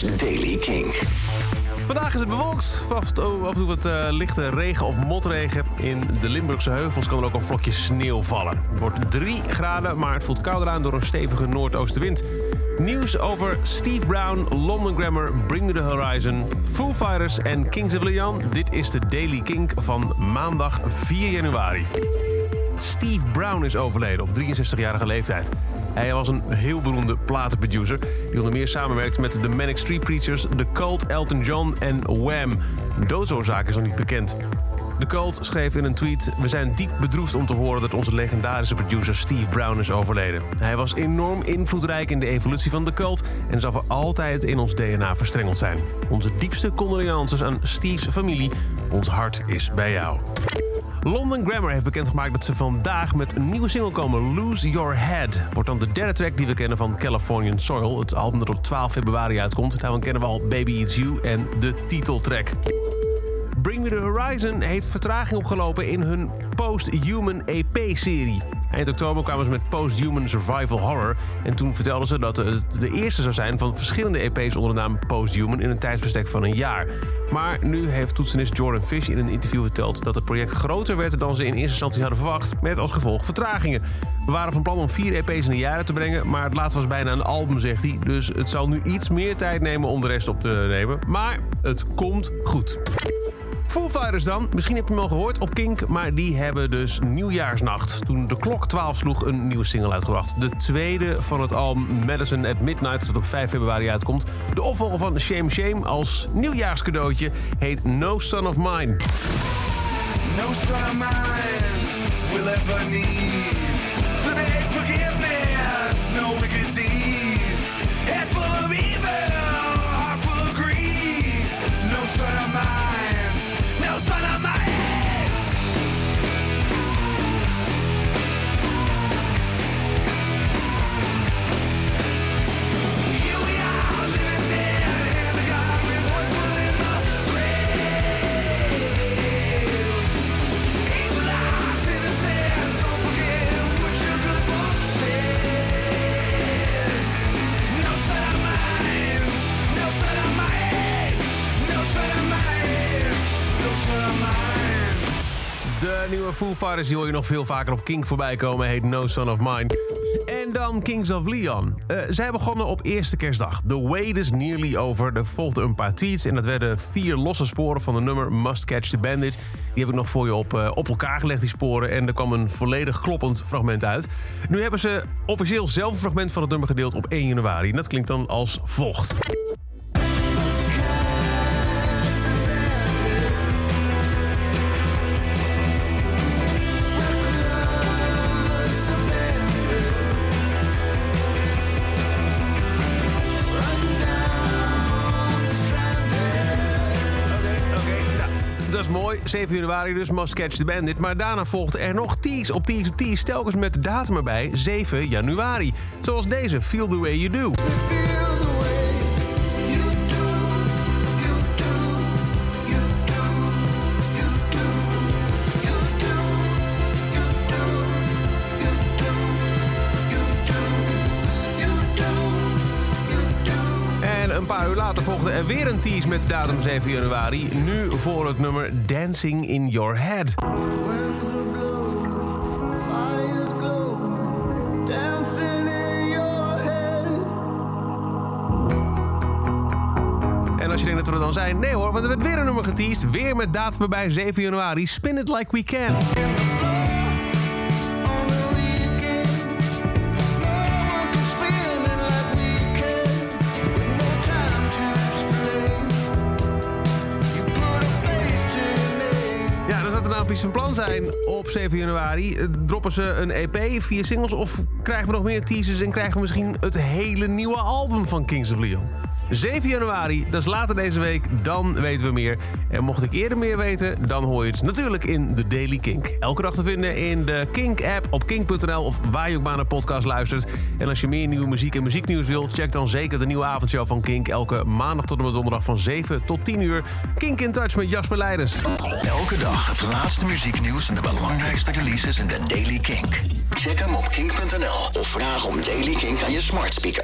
is Daily King. Vandaag is het bewolkt. Af en toe wat lichte regen of motregen. In de Limburgse heuvels kan er ook een vlokje sneeuw vallen. Het wordt 3 graden, maar het voelt kouder aan door een stevige noordoostenwind. Nieuws over Steve Brown, London Grammar, Bring Me The Horizon, Foo Fighters en Kings of Leon. Dit is de Daily King van maandag 4 januari. Steve Brown is overleden op 63-jarige leeftijd. Hij was een heel beroemde platenproducer die onder meer samenwerkt met de Manic Street Preachers, The Cult, Elton John en Wham. De doodsoorzaak is nog niet bekend. The Cult schreef in een tweet: "We zijn diep bedroefd om te horen dat onze legendarische producer Steve Brown is overleden. Hij was enorm invloedrijk in de evolutie van The Cult en zal voor altijd in ons DNA verstrengeld zijn. Onze diepste condolences aan Steve's familie. Ons hart is bij jou." London Grammar heeft bekendgemaakt dat ze vandaag met een nieuwe single komen. Lose Your Head wordt dan de 3e track die we kennen van Californian Soil. Het album dat op 12 februari uitkomt. Daarvan kennen we al Baby It's You en de titeltrack. Bring Me The Horizon heeft vertraging opgelopen in hun Post-Human EP-serie. Eind oktober kwamen ze met Post-Human Survival Horror. En toen vertelden ze dat het de eerste zou zijn van verschillende EP's onder de naam Post-Human in een tijdsbestek van een jaar. Maar nu heeft toetsenist Jordan Fish in een interview verteld dat het project groter werd dan ze in eerste instantie hadden verwacht, met als gevolg vertragingen. We waren van plan om 4 EP's in een jaar uit te brengen, maar het laatste was bijna een album, zegt hij. Dus het zal nu iets meer tijd nemen om de rest op te nemen. Maar het komt goed. Foo Fighters dan. Misschien heb je hem al gehoord op Kink, maar die hebben dus Nieuwjaarsnacht, toen de klok 12 sloeg, een nieuwe single uitgebracht. De tweede van het album Medicine at Midnight, dat op 5 februari uitkomt. De opvolger van Shame Shame als nieuwjaarscadeautje heet No Son of Mine. No son of mine will ever need today forgiveness, no wicked deed, head full of evil, heart full of greed. No son of mine, no son of mine. Here we are, living dead, hand to God with one foot in the grave. Evil eyes, innocence, don't forget what your good book says. No son of mine, no son of mine, no son of mine, no son of mine. De nieuwe Foo Fighters die hoor je nog veel vaker op Kink voorbij komen, heet No Son of Mine. En dan Kings of Leon. Zij begonnen op eerste kerstdag. The wait is nearly over. Er volgden een paar tweets en dat werden 4 losse sporen van de nummer Must Catch the Bandit. Die heb ik nog voor je op elkaar gelegd, die sporen. En er kwam een volledig kloppend fragment uit. Nu hebben ze officieel zelf een fragment van het nummer gedeeld op 1 januari. En dat klinkt dan als volgt. Dat is mooi, 7 januari dus, Must Catch the Bandit. Maar daarna volgde er nog tease op tease op tease, telkens met de datum erbij, 7 januari. Zoals deze, Feel The Way You Do. Een paar uur later volgde er weer een tease met datum 7 januari. Nu voor het nummer Dancing in Your Head. En als je denkt dat we er dan zijn, nee hoor, want er werd weer een nummer geteased. Weer met datum erbij, 7 januari. Spin It Like We Can. Iets van plan zijn op 7 januari. Droppen ze een EP, 4 singles of krijgen we nog meer teasers en krijgen we misschien het hele nieuwe album van Kings of Leon? 7 januari, dat is later deze week, dan weten we meer. En mocht ik eerder meer weten, dan hoor je het natuurlijk in de Daily Kink. Elke dag te vinden in de Kink-app op kink.nl of waar je ook maar naar podcast luistert. En als je meer nieuwe muziek en muzieknieuws wilt, check dan zeker de nieuwe avondshow van Kink. Elke maandag tot en met donderdag van 7 tot 10 uur. Kink in Touch met Jasper Leidens. Elke dag het laatste muzieknieuws en de belangrijkste releases in de Daily Kink. Check hem op kink.nl of vraag om Daily Kink aan je smart speaker.